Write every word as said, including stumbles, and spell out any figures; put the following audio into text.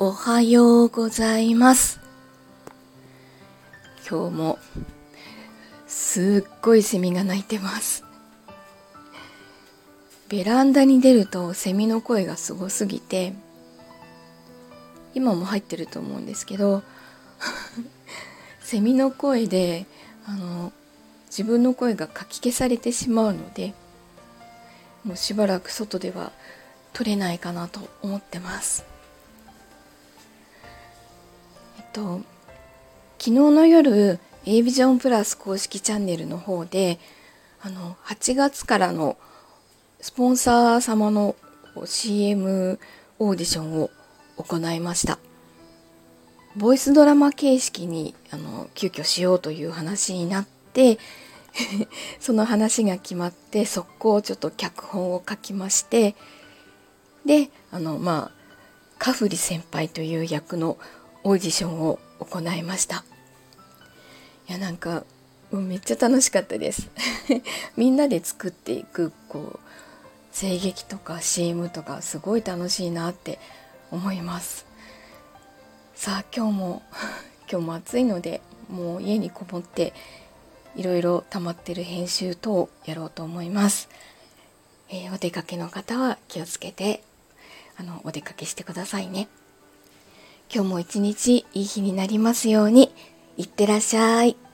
おはようございます。今日もすっごいセミが鳴いてます。ベランダに出るとセミの声がすごすぎて、今も入ってると思うんですけどセミの声であの自分の声がかき消されてしまうので、もうしばらく外では撮れないかなと思ってます。えっと昨日の夜 A ビジョンプラス公式チャンネルの方であのはちがつからのスポンサー様の シーエム オーディションを行いました。ボイスドラマ形式にあの急遽しようという話になってその話が決まって速攻ちょっと脚本を書きまして、であのまあカフリ先輩という役のオーディションを行いました。いやなんかもうめっちゃ楽しかったですみんなで作っていくこう声劇とか シーエム とかすごい楽しいなって思います。さあ今日も今日も暑いのでもう家にこもっていろいろ溜まってる編集等をやろうと思います。えー、お出かけの方は気をつけてあのお出かけしてくださいね。今日も一日いい日になりますように。いってらっしゃい。